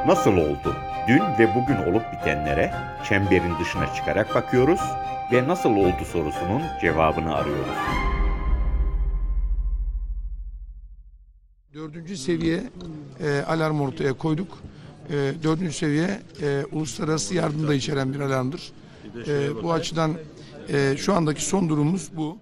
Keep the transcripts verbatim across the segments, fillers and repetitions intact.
Nasıl oldu? Dün ve bugün olup bitenlere çemberin dışına çıkarak bakıyoruz ve nasıl oldu sorusunun cevabını arıyoruz. Dördüncü seviye e, alarm ortaya koyduk. E, dördüncü seviye e, uluslararası yardım da içeren bir alarmdır. E, bu açıdan e, şu andaki son durumumuz bu.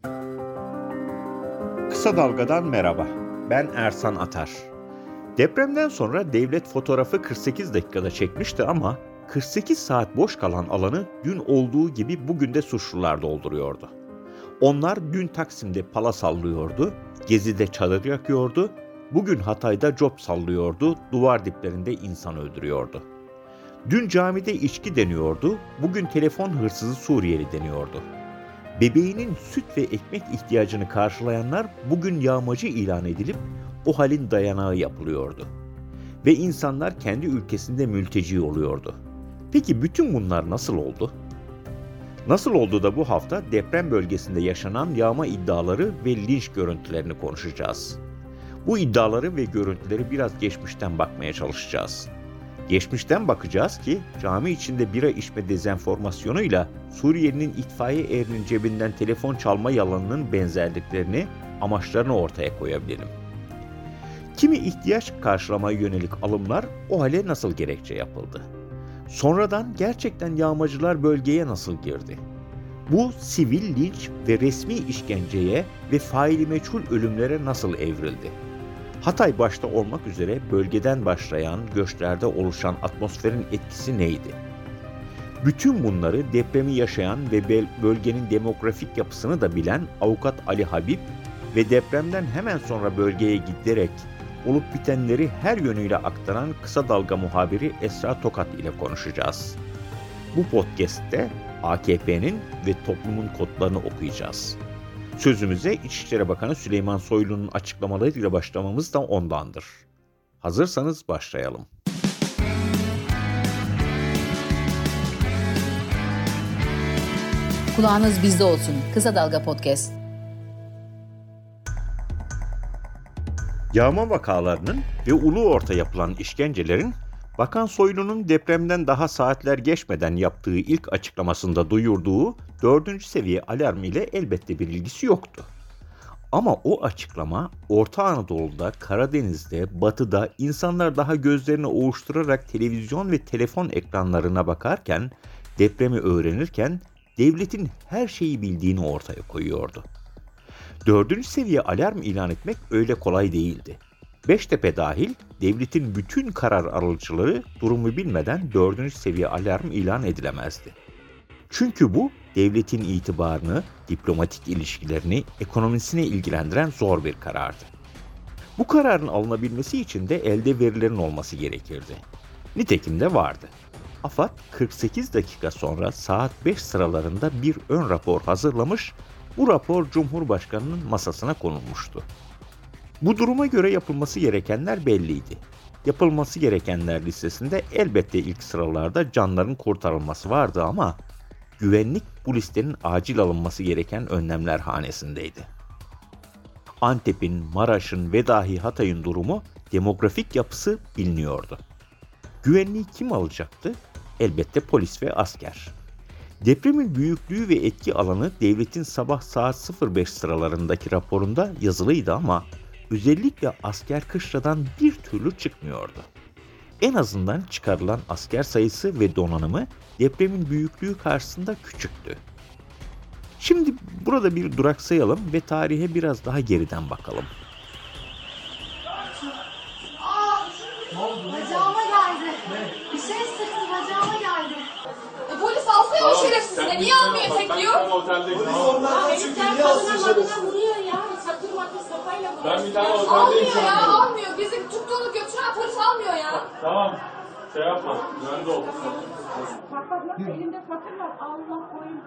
Kısa Dalga'dan merhaba. Ben Ersan Atar. Depremden sonra devlet fotoğrafı kırk sekiz dakikada çekmişti ama kırk sekiz saat boş kalan alanı dün olduğu gibi bugün de suçlular dolduruyordu. Onlar dün Taksim'de pala sallıyordu, Gezi'de çadır yakıyordu, bugün Hatay'da cop sallıyordu, duvar diplerinde insan öldürüyordu. Dün camide içki deniyordu, bugün telefon hırsızı Suriyeli deniyordu. Bebeğinin süt ve ekmek ihtiyacını karşılayanlar bugün yağmacı ilan edilip o halin dayanağı yapılıyordu. Ve insanlar kendi ülkesinde mülteci oluyordu. Peki bütün bunlar nasıl oldu? Nasıl oldu da bu hafta deprem bölgesinde yaşanan yağma iddiaları ve linç görüntülerini konuşacağız. Bu iddiaları ve görüntüleri biraz geçmişten bakmaya çalışacağız. Geçmişten bakacağız ki cami içinde bira içme dezenformasyonuyla Suriyelinin itfaiye erinin cebinden telefon çalma yalanının benzerliklerini, amaçlarını ortaya koyabilirim. Kimi ihtiyaç karşılamaya yönelik alımlar o hale nasıl gerekçe yapıldı? Sonradan gerçekten yağmacılar bölgeye nasıl girdi? Bu sivil linç ve resmi işkenceye ve faili meçhul ölümlere nasıl evrildi? Hatay başta olmak üzere bölgeden başlayan göçlerde oluşan atmosferin etkisi neydi? Bütün bunları depremi yaşayan ve bölgenin demografik yapısını da bilen avukat Ali Habib ve depremden hemen sonra bölgeye giderek olup bitenleri her yönüyle aktaran Kısa Dalga muhabiri Esra Tokat ile konuşacağız. Bu podcast'te A K P'nin ve toplumun kodlarını okuyacağız. Sözümüze İçişleri Bakanı Süleyman Soylu'nun açıklamalarıyla başlamamız da ondandır. Hazırsanız başlayalım. Kulağınız bizde olsun. Kısa Dalga Podcast. Yağma vakalarının ve ulu orta yapılan işkencelerin Bakan Soylu'nun depremden daha saatler geçmeden yaptığı ilk açıklamasında duyurduğu dördüncü seviye alarm ile elbette bir ilgisi yoktu. Ama o açıklama Orta Anadolu'da, Karadeniz'de, Batı'da insanlar daha gözlerini ovuşturarak televizyon ve telefon ekranlarına bakarken, depremi öğrenirken devletin her şeyi bildiğini ortaya koyuyordu. Dördüncü seviye alarm ilan etmek öyle kolay değildi. Beştepe dahil devletin bütün karar alıcıları durumu bilmeden dördüncü seviye alarm ilan edilemezdi. Çünkü bu devletin itibarını, diplomatik ilişkilerini, ekonomisini ilgilendiren zor bir karardı. Bu kararın alınabilmesi için de elde verilerin olması gerekirdi. Nitekim de vardı. AFAD kırk sekiz dakika sonra saat beş sıralarında bir ön rapor hazırlamış, bu rapor Cumhurbaşkanı'nın masasına konulmuştu. Bu duruma göre yapılması gerekenler belliydi. Yapılması gerekenler listesinde elbette ilk sıralarda canların kurtarılması vardı ama güvenlik bu listenin acil alınması gereken önlemler hanesindeydi. Antep'in, Maraş'ın ve dahi Hatay'ın durumu, demografik yapısı biliniyordu. Güvenliği kim alacaktı? Elbette polis ve asker. Depremin büyüklüğü ve etki alanı devletin sabah saat sıfır beş sıralarındaki raporunda yazılıydı ama özellikle asker kışladan bir türlü çıkmıyordu. En azından çıkarılan asker sayısı ve donanımı depremin büyüklüğü karşısında küçüktü. Şimdi burada bir duraksayalım ve tarihe biraz daha geriden bakalım. Bacağıma geldi. Bir şey sıktı, bacağıma geldi. E, polis alsana o şerefsizine. Niye almıyor tekliyor? Herifler kadına madına vuruyor ya. Sakır makır sopayla vuruyor. Ben bir tane oteldeyim şu Almıyor ya, an. almıyor. Bizim tuttuğunu götüren polis almıyor ya. Tamam. Şey yapma. Güvende ol. Fakat nasıl elinde fakir var. Allah koyun.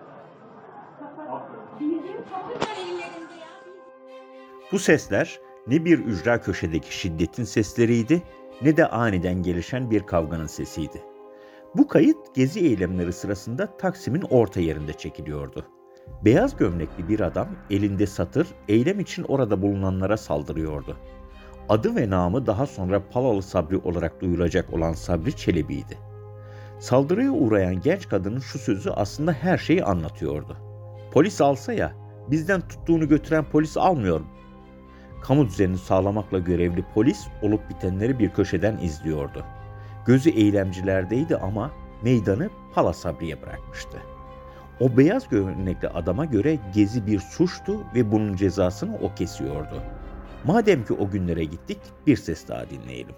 Bildiğin fakir var ellerinde ya. Bu sesler ne bir ücra köşedeki şiddetin sesleriydi ne de aniden gelişen bir kavganın sesiydi. Bu kayıt gezi eylemleri sırasında Taksim'in orta yerinde çekiliyordu. Beyaz gömlekli bir adam elinde satır eylem için orada bulunanlara saldırıyordu. Adı ve namı daha sonra Palalı Sabri olarak duyulacak olan Sabri Çelebi'ydi. Saldırıya uğrayan genç kadının şu sözü aslında her şeyi anlatıyordu. Polis alsa ya, bizden tuttuğunu götüren polis almıyor. Kamu düzenini sağlamakla görevli polis olup bitenleri bir köşeden izliyordu. Gözü eylemcilerdeydi ama meydanı Pala Sabri'ye bırakmıştı. O beyaz gömlekli adama göre gezi bir suçtu ve bunun cezasını o kesiyordu. Madem ki o günlere gittik, bir ses daha dinleyelim.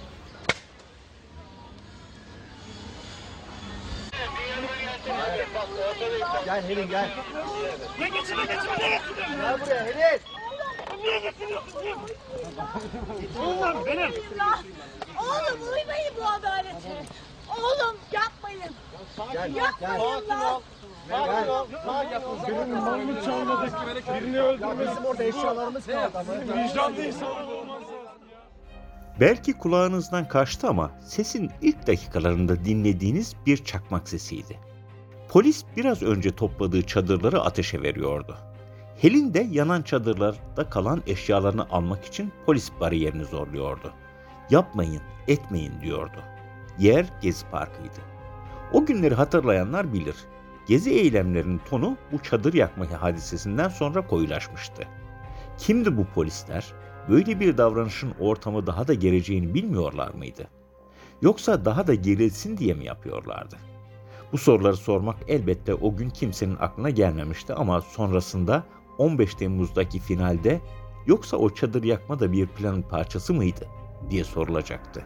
Gel Helin gel. Ne geçin ne geçin ne geçin. Gel buraya Helin. Niye getiriyorsun? Oğlum benim. Oğlum uymayın bu adalete. Oğlum yapmayın. Gel Yapmayın lan. Sakin ol. Sakin ol. Birinin malını çalmadık. Birini öldürmedik. Bizim orada eşyalarımız kaldı ama. Vicdanlıysa olmaz. Belki kulağınızdan kaçtı ama sesin ilk dakikalarında dinlediğiniz bir çakmak sesiydi. Polis biraz önce topladığı çadırları ateşe veriyordu. Helin de yanan çadırlarda kalan eşyalarını almak için polis bariyerini zorluyordu. Yapmayın, etmeyin diyordu. Yer Gezi Parkı'ydı. O günleri hatırlayanlar bilir. Gezi eylemlerinin tonu bu çadır yakma hadisesinden sonra koyulaşmıştı. Kimdi bu polisler? Böyle bir davranışın ortamı daha da gereceğini bilmiyorlar mıydı? Yoksa daha da gerilsin diye mi yapıyorlardı? Bu soruları sormak elbette o gün kimsenin aklına gelmemişti ama sonrasında on beş Temmuz'daki finalde yoksa o çadır yakma da bir planın parçası mıydı diye sorulacaktı.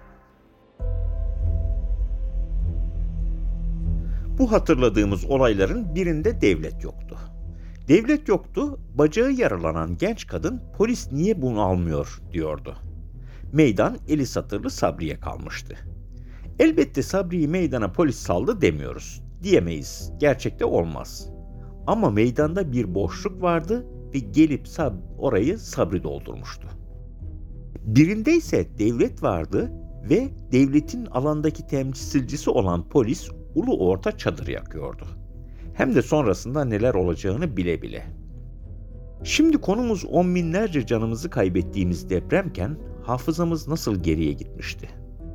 Bu hatırladığımız olayların birinde devlet yoktu. Devlet yoktu, bacağı yaralanan genç kadın polis niye bunu almıyor diyordu. Meydan eli satırlı Sabri'ye kalmıştı. Elbette Sabri'yi meydana polis saldı demiyoruz. Diyemeyiz, gerçekte olmaz. Ama meydanda bir boşluk vardı ve gelip Sab- orayı Sabri doldurmuştu. Birinde ise devlet vardı ve devletin alandaki temsilcisi olan polis ulu orta çadır yakıyordu. Hem de sonrasında neler olacağını bile bile. Şimdi konumuz on binlerce canımızı kaybettiğimiz depremken hafızamız nasıl geriye gitmişti?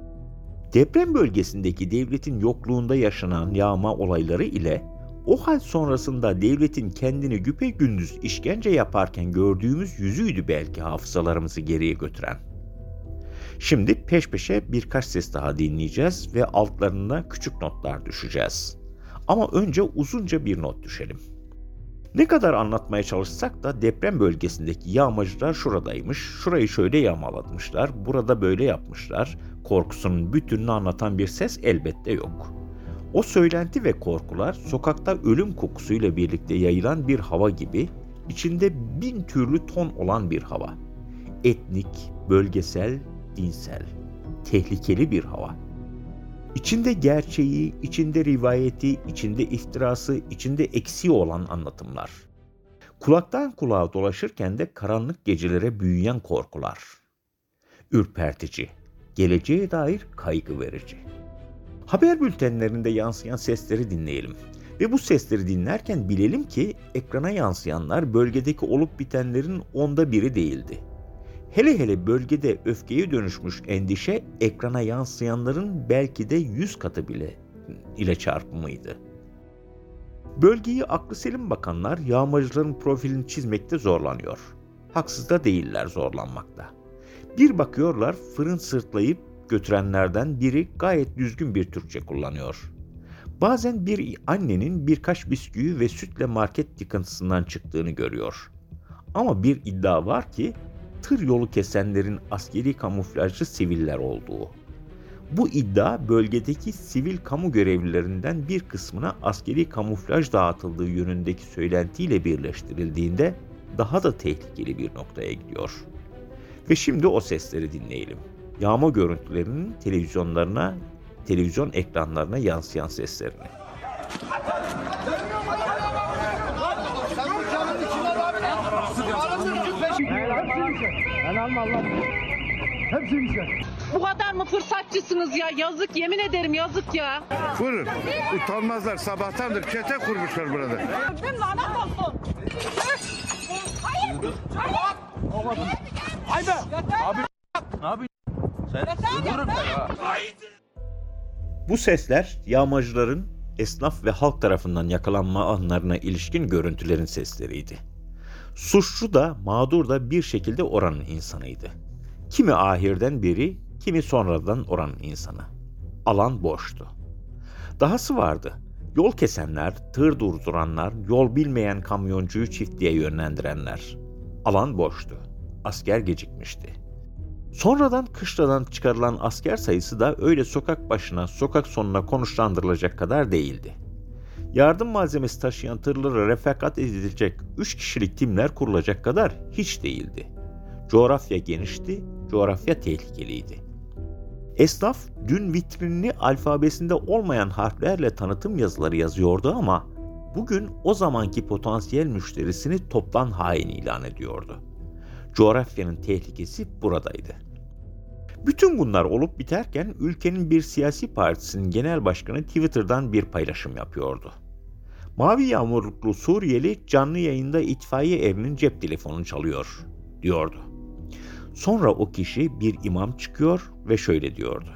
Deprem bölgesindeki devletin yokluğunda yaşanan yağma olayları ile o hal sonrasında devletin kendini güpegündüz işkence yaparken gördüğümüz yüzüydü belki hafızalarımızı geriye götüren. Şimdi peş peşe birkaç ses daha dinleyeceğiz ve altlarına küçük notlar düşeceğiz. Ama önce uzunca bir not düşelim. Ne kadar anlatmaya çalışsak da deprem bölgesindeki yağmacılar şuradaymış, şurayı şöyle yağmalamışlar, burada böyle yapmışlar, korkusunun bütününü anlatan bir ses elbette yok. O söylenti ve korkular sokakta ölüm kokusuyla birlikte yayılan bir hava gibi, içinde bin türlü ton olan bir hava. Etnik, bölgesel, dinsel, tehlikeli bir hava. İçinde gerçeği, içinde rivayeti, içinde iftirası, içinde eksiği olan anlatımlar. Kulaktan kulağa dolaşırken de karanlık gecelere büyüyen korkular. Ürpertici, geleceğe dair kaygı verici. Haber bültenlerinde yansıyan sesleri dinleyelim. Ve bu sesleri dinlerken bilelim ki ekrana yansıyanlar bölgedeki olup bitenlerin onda biri değildi. Hele hele bölgede öfkeye dönüşmüş endişe ekrana yansıyanların belki de yüz katı bile ile çarpımıydı. Bölgeyi aklı selim bakanlar yağmacıların profilini çizmekte zorlanıyor. Haksız da değiller zorlanmakta. Bir bakıyorlar fırın sırtlayıp götürenlerden biri gayet düzgün bir Türkçe kullanıyor. Bazen bir annenin birkaç bisküvi ve sütle market yıkıntısından çıktığını görüyor. Ama bir iddia var ki tır yolu kesenlerin askeri kamuflajlı siviller olduğu. Bu iddia bölgedeki sivil kamu görevlilerinden bir kısmına askeri kamuflaj dağıtıldığı yönündeki söylentiyle birleştirildiğinde daha da tehlikeli bir noktaya gidiyor. Ve şimdi o sesleri dinleyelim. Yağma görüntülerinin televizyonlarına, televizyon ekranlarına yansıyan seslerini. Bu kadar mı fırsatçısınız ya? Yazık, yemin ederim yazık ya. Buyurun. Utanmazlar. Sabahtandır çete kurmuşlar burada. Öldüm lanet olsun. Hayır. Hayır. Haydi. Abi. Ne yapıyorsun? Sen öldürürüm seni ha. Bu sesler yağmacıların esnaf ve halk tarafından yakalanma anlarına ilişkin görüntülerin sesleriydi. Suçlu da mağdur da bir şekilde oranın insanıydı. Kimi ahirden biri, kimi sonradan oranın insanı. Alan boştu. Dahası vardı. Yol kesenler, tır durduranlar, yol bilmeyen kamyoncuyu çiftliğe yönlendirenler. Alan boştu. Asker gecikmişti. Sonradan kışladan çıkarılan asker sayısı da öyle sokak başına, sokak sonuna konuşlandırılacak kadar değildi. Yardım malzemesi taşıyan tırlara refakat edilecek üç kişilik timler kurulacak kadar hiç değildi. Coğrafya genişti, coğrafya tehlikeliydi. Esnaf dün vitrinini alfabesinde olmayan harflerle tanıtım yazıları yazıyordu ama bugün o zamanki potansiyel müşterisini toptan hain ilan ediyordu. Coğrafyanın tehlikesi buradaydı. Bütün bunlar olup biterken ülkenin bir siyasi partisinin genel başkanı Twitter'dan bir paylaşım yapıyordu. Mavi yağmurluklu Suriyeli canlı yayında itfaiye erinin cep telefonunu çalıyor, diyordu. Sonra o kişi bir imam çıkıyor ve şöyle diyordu.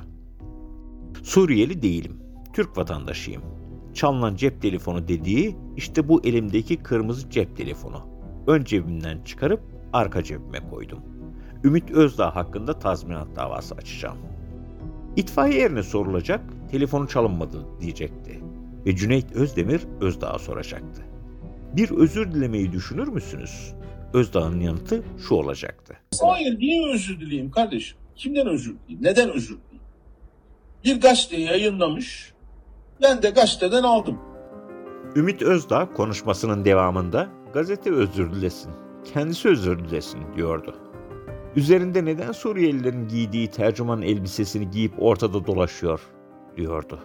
Suriyeli değilim, Türk vatandaşıyım. Çalınan cep telefonu dediği işte bu elimdeki kırmızı cep telefonu. Ön cebimden çıkarıp arka cebime koydum. Ümit Özdağ hakkında tazminat davası açacağım. İtfaiye erine sorulacak, telefonu çalınmadı diyecekti. Ve Cüneyt Özdemir Özdağ'a soracaktı. Bir özür dilemeyi düşünür müsünüz? Özdağ'ın yanıtı şu olacaktı. Hayır, niye özür dileyim kardeşim? Kimden özür dileyim? Neden özür dileyim? Bir gazete yayınlamış, ben de gazeteden aldım. Ümit Özdağ konuşmasının devamında gazete özür dilesin, kendisi özür dilesin diyordu. Üzerinde neden Suriyelilerin giydiği tercüman elbisesini giyip ortada dolaşıyor diyordu.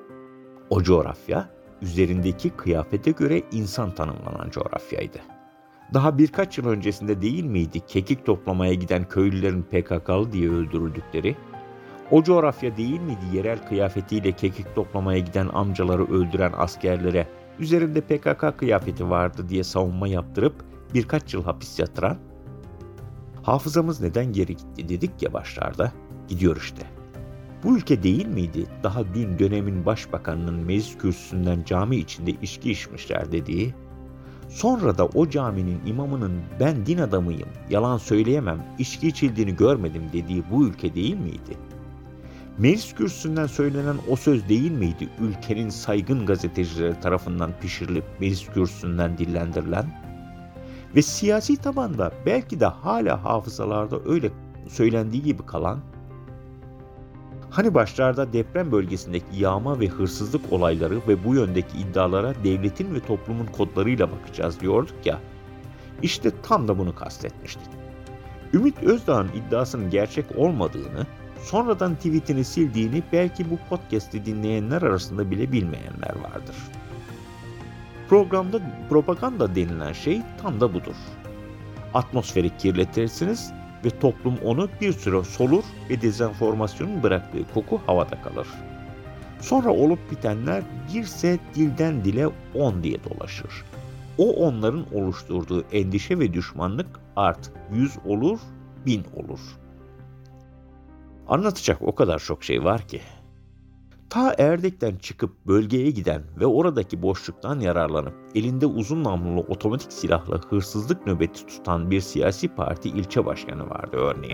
O coğrafya üzerindeki kıyafete göre insan tanımlanan coğrafyaydı. Daha birkaç yıl öncesinde değil miydi kekik toplamaya giden köylülerin P K K'lı diye öldürüldükleri? O coğrafya değil miydi yerel kıyafetiyle kekik toplamaya giden amcaları öldüren askerlere üzerinde P K K kıyafeti vardı diye savunma yaptırıp birkaç yıl hapis yatıran? Hafızamız neden geri gitti dedik ya başlarda, gidiyor işte. Bu ülke değil miydi daha dün dönemin başbakanının meclis kürsüsünden cami içinde içki içmişler dediği? Sonra da o caminin imamının ben din adamıyım, yalan söyleyemem, içki içildiğini görmedim dediği bu ülke değil miydi? Meclis kürsüsünden söylenen o söz değil miydi ülkenin saygın gazetecileri tarafından pişirilip meclis kürsüsünden dillendirilen? Ve siyasi tabanda belki de hala hafızalarda öyle söylendiği gibi kalan, hani başlarda deprem bölgesindeki yağma ve hırsızlık olayları ve bu yöndeki iddialara devletin ve toplumun kodlarıyla bakacağız diyorduk ya, işte tam da bunu kastetmiştik. Ümit Özdağ'ın iddiasının gerçek olmadığını, sonradan tweetini sildiğini belki bu podcast'i dinleyenler arasında bile bilmeyenler vardır. Programda propaganda denilen şey tam da budur. Atmosferi kirletirsiniz ve toplum onu bir süre solur ve dezenformasyonun bıraktığı koku havada kalır. Sonra olup bitenler birse dilden dile on diye dolaşır. O onların oluşturduğu endişe ve düşmanlık artık yüz olur, bin olur. Anlatacak o kadar çok şey var ki. Ta Erdek'ten çıkıp bölgeye giden ve oradaki boşluktan yararlanıp elinde uzun namlulu otomatik silahla hırsızlık nöbeti tutan bir siyasi parti ilçe başkanı vardı örneğin.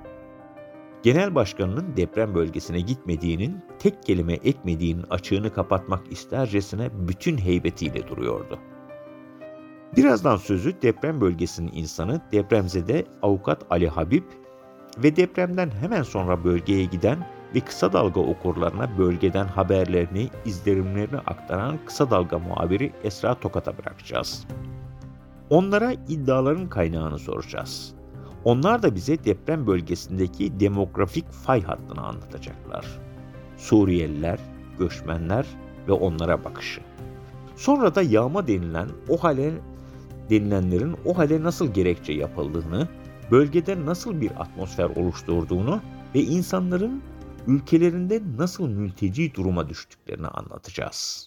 Genel başkanının deprem bölgesine gitmediğinin, tek kelime etmediğinin açığını kapatmak istercesine bütün heybetiyle duruyordu. Birazdan sözü deprem bölgesinin insanı depremzede avukat Ali Habib ve depremden hemen sonra bölgeye giden ve Kısa Dalga okurlarına bölgeden haberlerini, izlenimlerini aktaran Kısa Dalga muhabiri Esra Tokat'a bırakacağız. Onlara iddiaların kaynağını soracağız. Onlar da bize deprem bölgesindeki demografik fay hattını anlatacaklar. Suriyeliler, göçmenler ve onlara bakışı. Sonra da yağma denilen o hale denilenlerin o hale nasıl gerekçe yapıldığını, bölgede nasıl bir atmosfer oluşturduğunu ve insanların ülkelerinde nasıl mülteci duruma düştüklerini anlatacağız.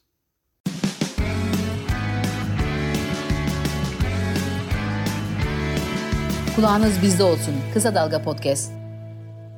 Kulağınız bizde olsun. Kısa Dalga Podcast.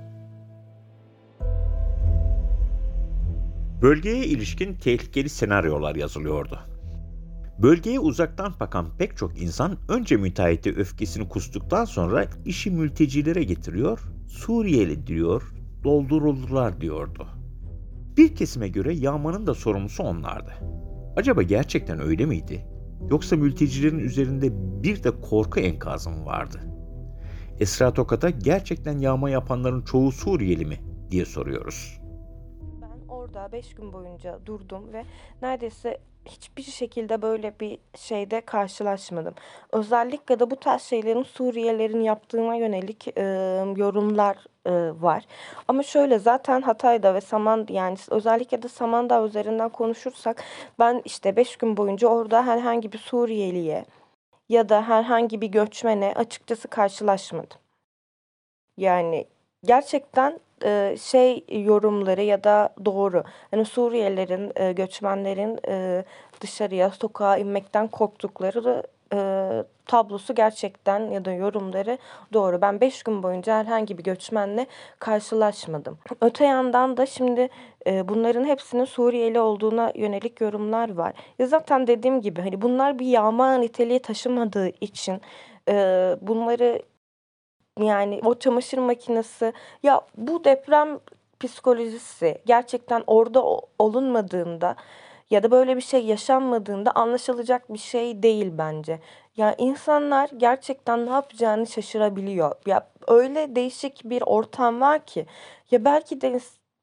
Bölgeye ilişkin tehlikeli senaryolar yazılıyordu. Bölgeye uzaktan bakan pek çok insan önce müteahhite öfkesini kustuktan sonra işi mültecilere getiriyor, Suriyeli diyor, dolduruldular diyordu. Bir kesime göre yağmanın da sorumlusu onlardı. Acaba gerçekten öyle miydi? Yoksa mültecilerin üzerinde bir de korku enkazı mı vardı? Esra Tokat'a gerçekten yağma yapanların çoğu Suriyeli mi diye soruyoruz. Ben orada beş gün boyunca durdum ve neredeyse hiçbir şekilde böyle bir şeyde karşılaşmadım. Özellikle de bu tarz şeylerin Suriyelilerin yaptığına yönelik e, yorumlar e, var. Ama şöyle, zaten Hatay'da ve Saman, yani özellikle de Samandağ üzerinden konuşursak, ben işte beş gün boyunca orada herhangi bir Suriyeliye ya da herhangi bir göçmene açıkçası karşılaşmadım. Yani gerçekten e, şey yorumları ya da doğru. Hani Suriyelilerin, e, göçmenlerin e, dışarıya, sokağa inmekten korktukları e, tablosu gerçekten ya da yorumları doğru. Ben beş gün boyunca herhangi bir göçmenle karşılaşmadım. Öte yandan da şimdi e, bunların hepsinin Suriyeli olduğuna yönelik yorumlar var. Ya zaten dediğim gibi hani bunlar bir yağma niteliği taşımadığı için e, bunları, yani o çamaşır makinesi, ya bu deprem psikolojisi gerçekten orada olunmadığında ya da böyle bir şey yaşanmadığında anlaşılacak bir şey değil bence. Ya insanlar gerçekten ne yapacağını şaşırabiliyor. Ya öyle değişik bir ortam var ki, ya belki de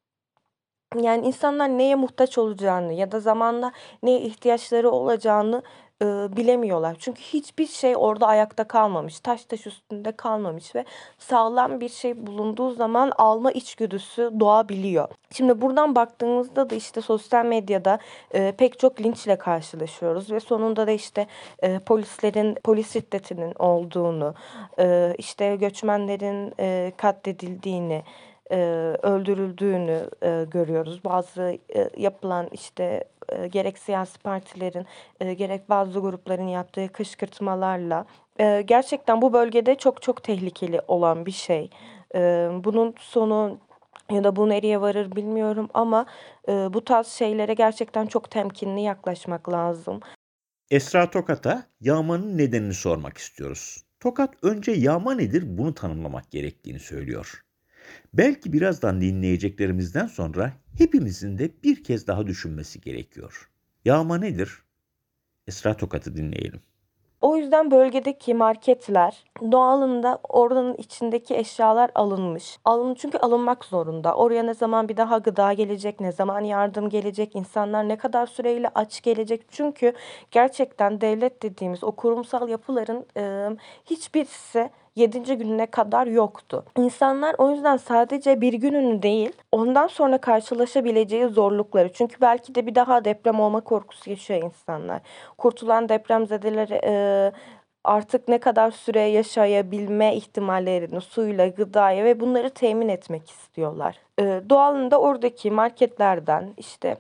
yani insanlar neye muhtaç olacağını ya da zamanla neye ihtiyaçları olacağını e, bilemiyorlar. Çünkü hiçbir şey orada ayakta kalmamış, taş taş üstünde kalmamış ve sağlam bir şey bulunduğu zaman alma içgüdüsü doğabiliyor. Şimdi buradan baktığımızda da işte sosyal medyada e, pek çok linçle karşılaşıyoruz ve sonunda da işte e, polislerin, polis şiddetinin olduğunu, e, işte göçmenlerin e, katledildiğini, e, öldürüldüğünü e, görüyoruz. Bazı e, yapılan işte e, gerek siyasi partilerin e, gerek bazı grupların yaptığı kışkırtmalarla e, gerçekten bu bölgede çok çok tehlikeli olan bir şey. E, bunun sonu ya da bu nereye varır bilmiyorum ama e, bu tarz şeylere gerçekten çok temkinli yaklaşmak lazım. Esra Tokat'a yağmanın nedenini sormak istiyoruz. Tokat önce yağma nedir bunu tanımlamak gerektiğini söylüyor. Belki birazdan dinleyeceklerimizden sonra hepimizin de bir kez daha düşünmesi gerekiyor. Yağma nedir? Esra Tokat'ı dinleyelim. O yüzden bölgedeki marketler doğalında oranın içindeki eşyalar alınmış. Alın çünkü alınmak zorunda. Oraya ne zaman bir daha gıda gelecek, ne zaman yardım gelecek, insanlar ne kadar süreyle aç gelecek. Çünkü gerçekten devlet dediğimiz o kurumsal yapıların e, hiçbirisi yedinci gününe kadar yoktu. İnsanlar o yüzden sadece bir gününü değil, ondan sonra karşılaşabileceği zorlukları. Çünkü belki de bir daha deprem olma korkusu yaşıyor insanlar. Kurtulan depremzedeleri e, artık ne kadar süre yaşayabilme ihtimallerini suyla, gıdaya ve bunları temin etmek istiyorlar. E, doğalında oradaki marketlerden işte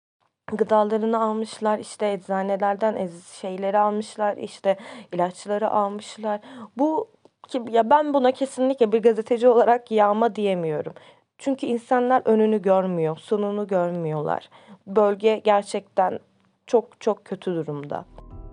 gıdalarını almışlar, işte eczanelerden ez şeyleri almışlar, işte ilaçları almışlar. Bu ki ya ben buna kesinlikle bir gazeteci olarak yağma diyemiyorum. Çünkü insanlar önünü görmüyor, sonunu görmüyorlar. Bölge gerçekten çok çok kötü durumda.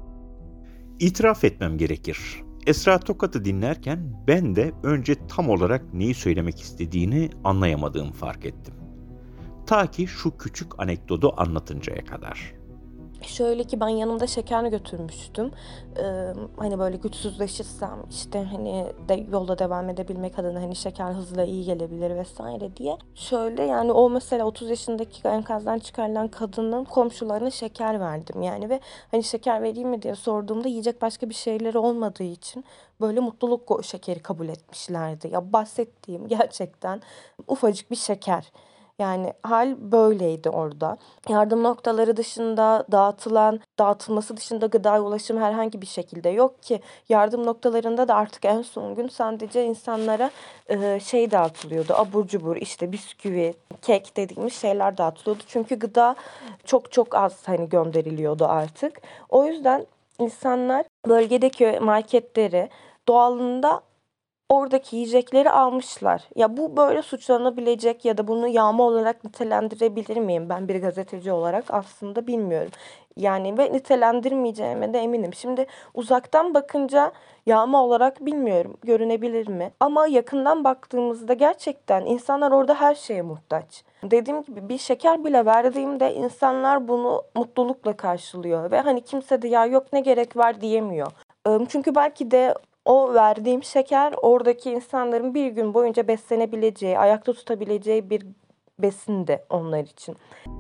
İtiraf etmem gerekir. Esra Tokat'ı dinlerken ben de önce tam olarak neyi söylemek istediğini anlayamadığımı fark ettim. Ta ki şu küçük anekdotu anlatıncaya kadar. Şöyle ki ben yanımda şeker götürmüştüm. Ee, hani böyle güçsüzleşirsem işte hani de yolda devam edebilmek adına hani şeker hızla iyi gelebilir vesaire diye. Şöyle yani o mesela otuz yaşındaki enkazdan çıkarılan kadının komşularına şeker verdim yani ve hani şeker vereyim mi diye sorduğumda yiyecek başka bir şeyleri olmadığı için böyle mutluluk şekeri kabul etmişlerdi. Ya bahsettiğim gerçekten ufacık bir şeker. Yani hal böyleydi orada. Yardım noktaları dışında dağıtılan, dağıtılması dışında gıdaya ulaşım herhangi bir şekilde yok ki. Yardım noktalarında da artık en son gün sadece insanlara e, şey dağıtılıyordu. Abur cubur, işte bisküvi, kek dediğimiz şeyler dağıtılıyordu. Çünkü gıda çok çok az hani gönderiliyordu artık. O yüzden insanlar bölgedeki marketleri doğalında oradaki yiyecekleri almışlar. Ya bu böyle suçlanabilecek ya da bunu yağma olarak nitelendirebilir miyim? Ben bir gazeteci olarak aslında bilmiyorum. Yani ve nitelendirmeyeceğime de eminim. Şimdi uzaktan bakınca yağma olarak bilmiyorum görünebilir mi? Ama yakından baktığımızda gerçekten insanlar orada her şeye muhtaç. Dediğim gibi bir şeker bile verdiğimde insanlar bunu mutlulukla karşılıyor. Ve hani kimse de ya yok ne gerek var diyemiyor. Çünkü belki de o verdiğim şeker oradaki insanların bir gün boyunca beslenebileceği, ayakta tutabileceği bir besindi onlar için.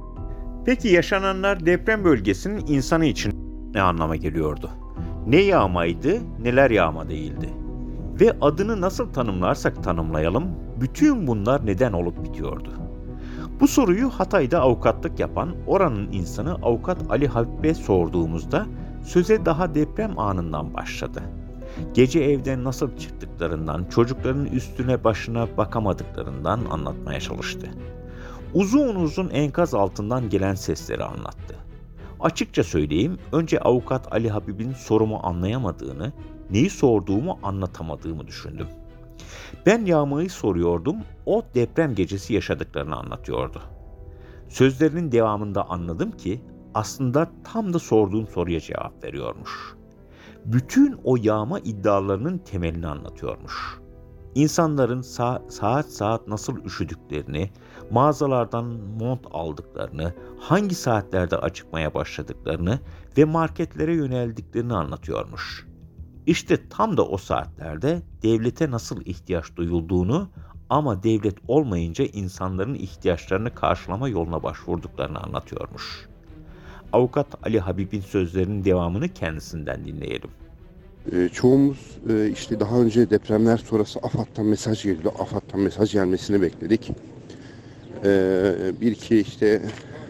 Peki yaşananlar deprem bölgesinin insanı için ne anlama geliyordu? Ne yağmaydı, neler yağma değildi? Ve adını nasıl tanımlarsak tanımlayalım, bütün bunlar neden olup bitiyordu? Bu soruyu Hatay'da avukatlık yapan oranın insanı avukat Ali Habib'e sorduğumuzda söze daha deprem anından başladı. Gece evden nasıl çıktıklarından, çocukların üstüne başına bakamadıklarından anlatmaya çalıştı. Uzun uzun enkaz altından gelen sesleri anlattı. Açıkça söyleyeyim, önce avukat Ali Habib'in sorumu anlayamadığını, neyi sorduğumu anlatamadığımı düşündüm. Ben yağmayı soruyordum, o deprem gecesi yaşadıklarını anlatıyordu. Sözlerinin devamında anladım ki aslında tam da sorduğum soruya cevap veriyormuş. Bütün o yağma iddialarının temelini anlatıyormuş. İnsanların sa- saat saat nasıl üşüdüklerini, mağazalardan mont aldıklarını, hangi saatlerde acıkmaya başladıklarını ve marketlere yöneldiklerini anlatıyormuş. İşte tam da o saatlerde devlete nasıl ihtiyaç duyulduğunu ama devlet olmayınca insanların ihtiyaçlarını karşılama yoluna başvurduklarını anlatıyormuş. Avukat Ali Habib'in sözlerinin devamını kendisinden dinleyelim. E, çoğumuz e, işte daha önce depremler sonrası AFAD'dan mesaj geliyordu. AFAD'dan mesaj gelmesini bekledik. E, bir iki işte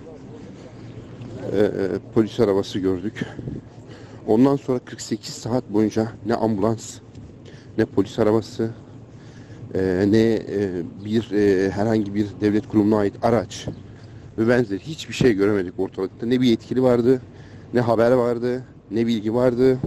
e, polis arabası gördük. Ondan sonra kırk sekiz saat boyunca ne ambulans, ne polis arabası, e, ne e, bir e, herhangi bir devlet kurumuna ait araç ve benzeri hiçbir şey göremedik ortalıkta. Ne bir yetkili vardı, ne haber vardı, ne bilgi vardı.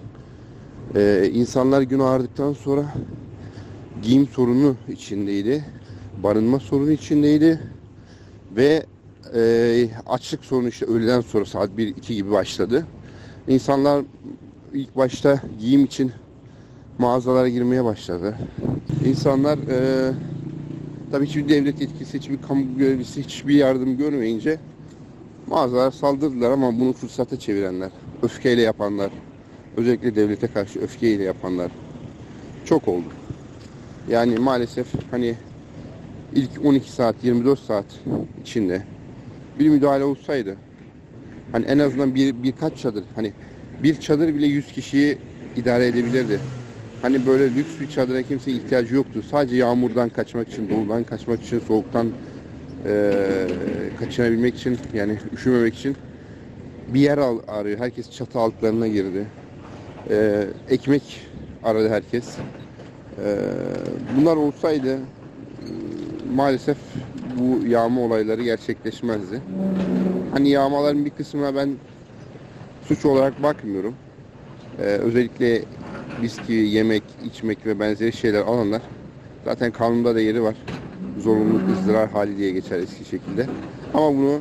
Ee, insanlar gün ağardıktan sonra giyim sorunu içindeydi, barınma sorunu içindeydi ve e, açlık sorunu işte öğleden sonra saat bir iki gibi başladı. İnsanlar ilk başta giyim için mağazalara girmeye başladı. İnsanlar e, tabii hiçbir devlet yetkisi, hiçbir kamu görevlisi, hiçbir yardım görmeyince mağazalara saldırdılar ama bunu fırsata çevirenler, öfkeyle yapanlar, özellikle devlete karşı öfkeyle yapanlar çok oldu. Yani maalesef hani ilk on iki saat, yirmi dört saat içinde bir müdahale olsaydı, hani en azından bir birkaç çadır, hani bir çadır bile yüz kişiyi idare edebilirdi. Hani böyle lüks bir çadıra kimseye ihtiyacı yoktu. Sadece yağmurdan kaçmak için, doludan kaçmak için, soğuktan e, kaçınabilmek için, yani üşümemek için bir yer arıyor. Herkes çatı altlarına girdi. Ee, ekmek aradı herkes. Ee, bunlar olsaydı maalesef bu yağma olayları gerçekleşmezdi. Hani yağmaların bir kısmına ben suç olarak bakmıyorum. Ee, özellikle viski, yemek, içmek ve benzeri şeyler alanlar zaten kanunda da yeri var. Zorunluluk ızdırar hali diye geçer eski şekilde. Ama bunu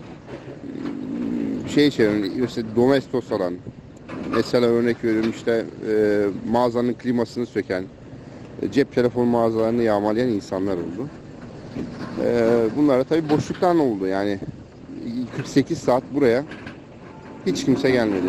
şey çevirin, işte domestos alan, mesela örnek veriyorum işte e, mağazanın klimasını söken, e, cep telefon mağazalarını yağmalayan insanlar oldu. E, bunlara tabii boşluktan oldu. Yani kırk sekiz saat buraya hiç kimse gelmedi.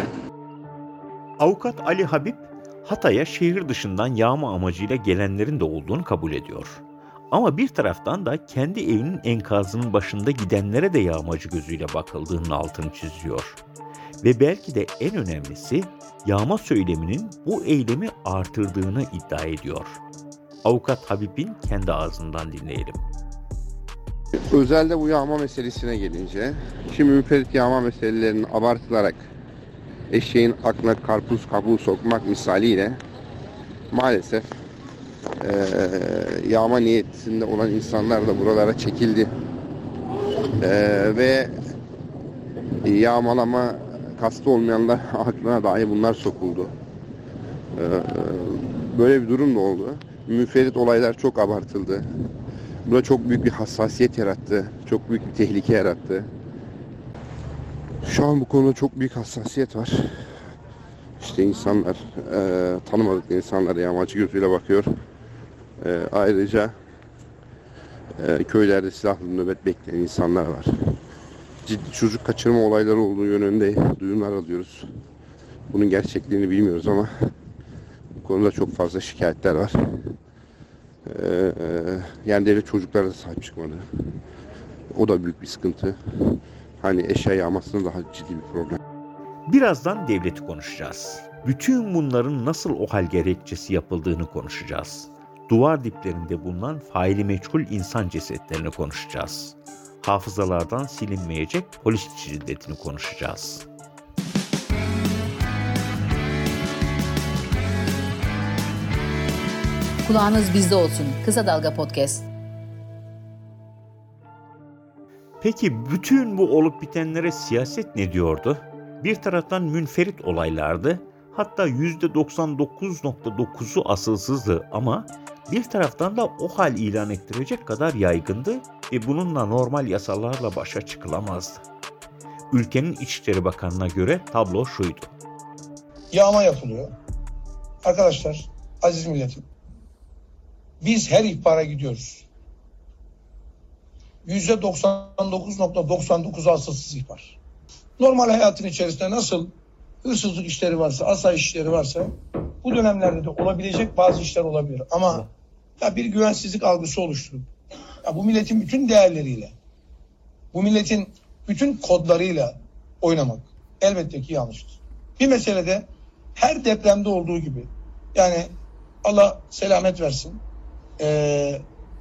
Avukat Ali Habib, Hatay'a şehir dışından yağma amacıyla gelenlerin de olduğunu kabul ediyor. Ama bir taraftan da kendi evinin enkazının başında gidenlere de yağmacı gözüyle bakıldığının altını çiziyor. Ve belki de en önemlisi yağma söyleminin bu eylemi artırdığını iddia ediyor. Avukat Habib'in kendi ağzından dinleyelim. Özelde bu yağma meselesine gelince, şimdi müferit yağma meselelerinin abartılarak eşeğin aklına karpuz kabuğu sokmak misaliyle maalesef e, yağma niyetinde olan insanlar da buralara çekildi. E, ve yağmalama kastı olmayanlar aklına dahi bunlar sokuldu. E, böyle bir durum da oldu. Münferit olaylar çok abartıldı. Bu da çok büyük bir hassasiyet yarattı. Çok büyük bir tehlike yarattı. Şu an bu konuda çok büyük hassasiyet var. İşte insanlar, e, tanımadıkları insanlara yağmacı gözüyle bakıyor. E, ayrıca e, köylerde silahlı nöbet bekleyen insanlar var. Ciddi çocuk kaçırma olayları olduğu yönünde duyumlar alıyoruz. Bunun gerçekliğini bilmiyoruz ama bu konuda çok fazla şikayetler var. Ee, yani devlet çocuklara da sahip çıkmadı. O da büyük bir sıkıntı. Hani eşya yağmasının daha ciddi bir problem. Birazdan devleti konuşacağız. Bütün bunların nasıl OHAL gerekçesi yapıldığını konuşacağız. Duvar diplerinde bulunan faili meçhul insan cesetlerini konuşacağız. Hafızalardan silinmeyecek polis şiddetini konuşacağız. Kulağınız bizde olsun. Kısa Dalga Podcast. Peki bütün bu olup bitenlere siyaset ne diyordu? Bir taraftan münferit olaylardı. Hatta yüzde doksan dokuz nokta dokuzu asılsızdı ama bir taraftan da OHAL ilan ettirecek kadar yaygındı ve bununla normal yasalarla başa çıkılamazdı. Ülkenin İçişleri Bakanı'na göre tablo şuydu. Yağma yapılıyor. Arkadaşlar, aziz milletim, biz her ihbara gidiyoruz. yüzde doksan dokuz nokta doksan dokuz asılsız ihbar. Normal hayatın içerisinde nasıl hırsızlık işleri varsa, asayiş işleri varsa bu dönemlerde de olabilecek bazı işler olabilir. Ama ya bir güvensizlik algısı oluşturup ya bu milletin bütün değerleriyle, bu milletin bütün kodlarıyla oynamak elbette ki yanlıştır. Bir meselede her depremde olduğu gibi, yani Allah selamet versin, Ee,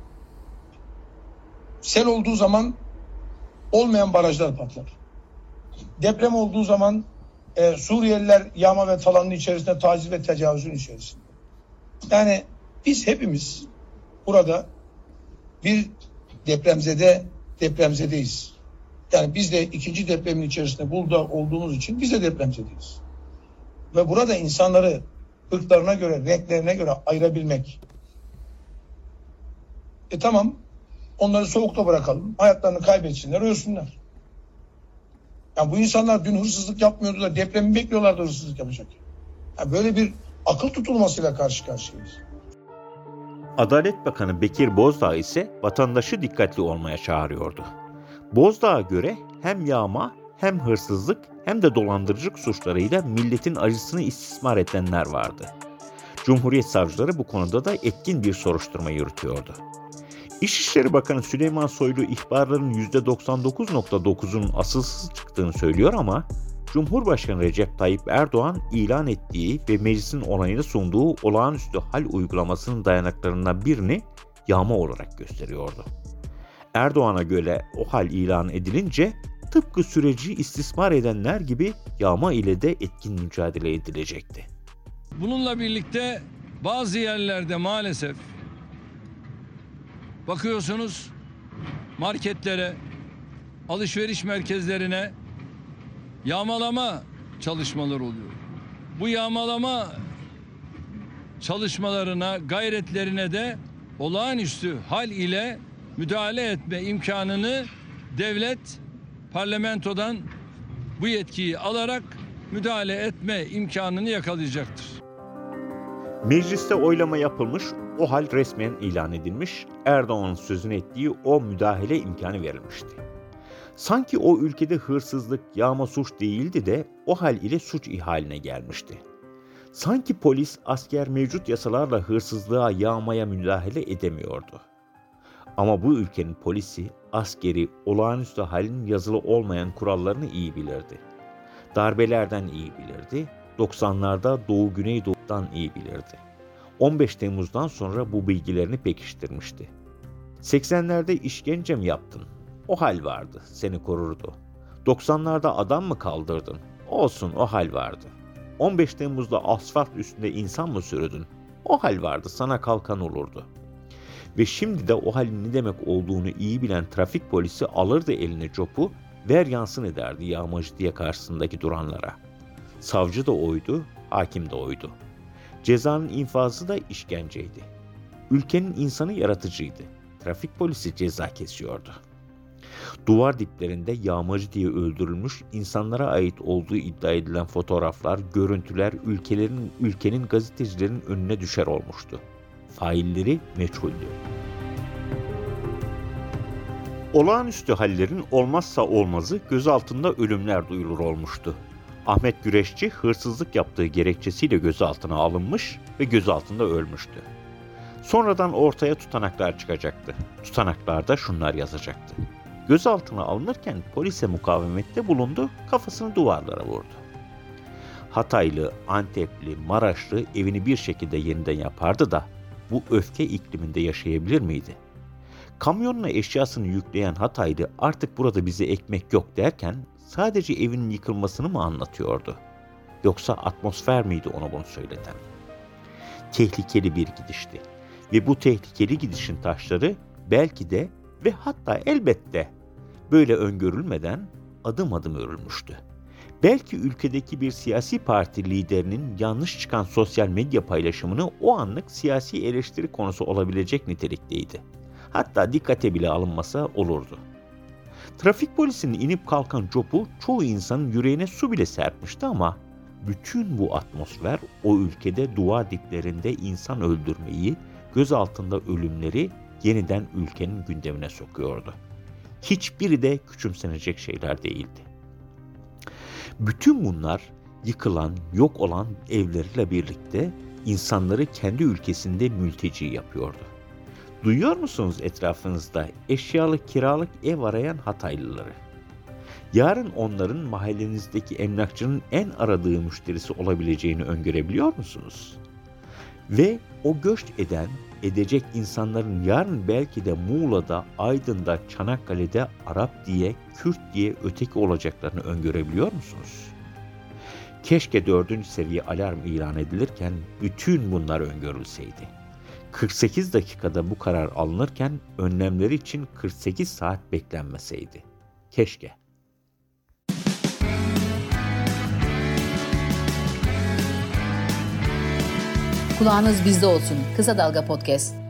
sel olduğu zaman olmayan barajlar patlar. Deprem olduğu zaman e, Suriyeliler yağma ve talanın içerisinde, taciz ve tecavüzün içerisinde. Yani biz hepimiz burada bir depremzede depremzedeyiz. Yani biz de ikinci depremin içerisinde burada olduğumuz için biz de depremzedeyiz. Ve burada insanları ırklarına göre, renklerine göre ayırabilmek. E tamam, onları soğukta bırakalım, hayatlarını kaybetsinler, ölsünler. Yani bu insanlar dün hırsızlık yapmıyordu da depremi bekliyorlardı hırsızlık yapacak. Yani böyle bir akıl tutulmasıyla karşı karşıyayız. Adalet Bakanı Bekir Bozdağ ise vatandaşı dikkatli olmaya çağırıyordu. Bozdağ'a göre hem yağma hem hırsızlık hem de dolandırıcılık suçlarıyla milletin acısını istismar edenler vardı. Cumhuriyet savcıları bu konuda da etkin bir soruşturma yürütüyordu. İçişleri Bakanı Süleyman Soylu ihbarların yüzde doksan dokuz nokta dokuzunun asılsız çıktığını söylüyor ama Cumhurbaşkanı Recep Tayyip Erdoğan ilan ettiği ve meclisin onayını sunduğu olağanüstü hal uygulamasının dayanaklarından birini yağma olarak gösteriyordu. Erdoğan'a göre o hal ilan edilince tıpkı süreci istismar edenler gibi yağma ile de etkin mücadele edilecekti. Bununla birlikte bazı yerlerde maalesef bakıyorsunuz marketlere, alışveriş merkezlerine yağmalama çalışmaları oluyor. Bu yağmalama çalışmalarına, gayretlerine de olağanüstü hal ile müdahale etme imkanını devlet parlamentodan bu yetkiyi alarak müdahale etme imkanını yakalayacaktır. Mecliste oylama yapılmış, o hal resmen ilan edilmiş, Erdoğan'ın sözünü ettiği o müdahale imkanı verilmişti. Sanki o ülkede hırsızlık, yağma suç değildi de o hal ile suç ihaline gelmişti. Sanki polis, asker mevcut yasalarla hırsızlığa, yağmaya müdahale edemiyordu. Ama bu ülkenin polisi, askeri, olağanüstü halin yazılı olmayan kurallarını iyi bilirdi. Darbelerden iyi bilirdi, doksanlarda Doğu Güneydoğu'dan iyi bilirdi. on beş Temmuz'dan sonra bu bilgilerini pekiştirmişti. seksenlerde işkence mi yaptın? O hal vardı, seni korurdu. doksanlarda adam mı kaldırdın? Olsun, o hal vardı. on beş Temmuz'da asfalt üstünde insan mı sürdün? O hal vardı, sana kalkan olurdu. Ve şimdi de o halin ne demek olduğunu iyi bilen trafik polisi alırdı eline copu, ver yansın ederdi yağmacı diye karşısındaki duranlara. Savcı da oydu, hakim de oydu. Cezanın infazı da işkenceydi. Ülkenin insanı yaratıcıydı. Trafik polisi ceza kesiyordu. Duvar diplerinde yağmacı diye öldürülmüş insanlara ait olduğu iddia edilen fotoğraflar, görüntüler ülkelerin, ülkenin gazetecilerin önüne düşer olmuştu. Failleri meçhuldü. Olağanüstü hallerin olmazsa olmazı gözaltında ölümler duyulur olmuştu. Ahmet Güreşçi hırsızlık yaptığı gerekçesiyle gözaltına alınmış ve gözaltında ölmüştü. Sonradan ortaya tutanaklar çıkacaktı. Tutanaklarda şunlar yazacaktı. Gözaltına alınırken polise mukavemette bulundu, kafasını duvarlara vurdu. Hataylı, Antepli, Maraşlı evini bir şekilde yeniden yapardı da bu öfke ikliminde yaşayabilir miydi? Kamyonuna eşyasını yükleyen Hataylı artık burada bize ekmek yok derken sadece evinin yıkılmasını mı anlatıyordu? Yoksa atmosfer miydi ona bunu söyleten? Tehlikeli bir gidişti. Ve bu tehlikeli gidişin taşları belki de ve hatta elbette böyle öngörülmeden adım adım örülmüştü. Belki ülkedeki bir siyasi parti liderinin yanlış çıkan sosyal medya paylaşımını o anlık siyasi eleştiri konusu olabilecek nitelikteydi. Hatta dikkate bile alınmasa olurdu. Trafik polisinin inip kalkan copu çoğu insanın yüreğine su bile serpmişti ama bütün bu atmosfer o ülkede duvar diplerinde insan öldürmeyi, gözaltında ölümleri yeniden ülkenin gündemine sokuyordu. Hiçbiri de küçümsenecek şeyler değildi. Bütün bunlar yıkılan, yok olan evleriyle birlikte insanları kendi ülkesinde mülteci yapıyordu. Duyuyor musunuz etrafınızda eşyalı kiralık ev arayan Hataylıları? Yarın onların mahallenizdeki emlakçının en aradığı müşterisi olabileceğini öngörebiliyor musunuz? Ve o göç eden, edecek insanların yarın belki de Muğla'da, Aydın'da, Çanakkale'de Arap diye, Kürt diye öteki olacaklarını öngörebiliyor musunuz? Keşke dördüncü seviye alarm ilan edilirken bütün bunlar öngörülseydi. kırk sekiz dakikada bu karar alınırken önlemleri için kırk sekiz saat beklenmeseydi. Keşke. Kulağınız bizde olsun. Kısa Dalga Podcast.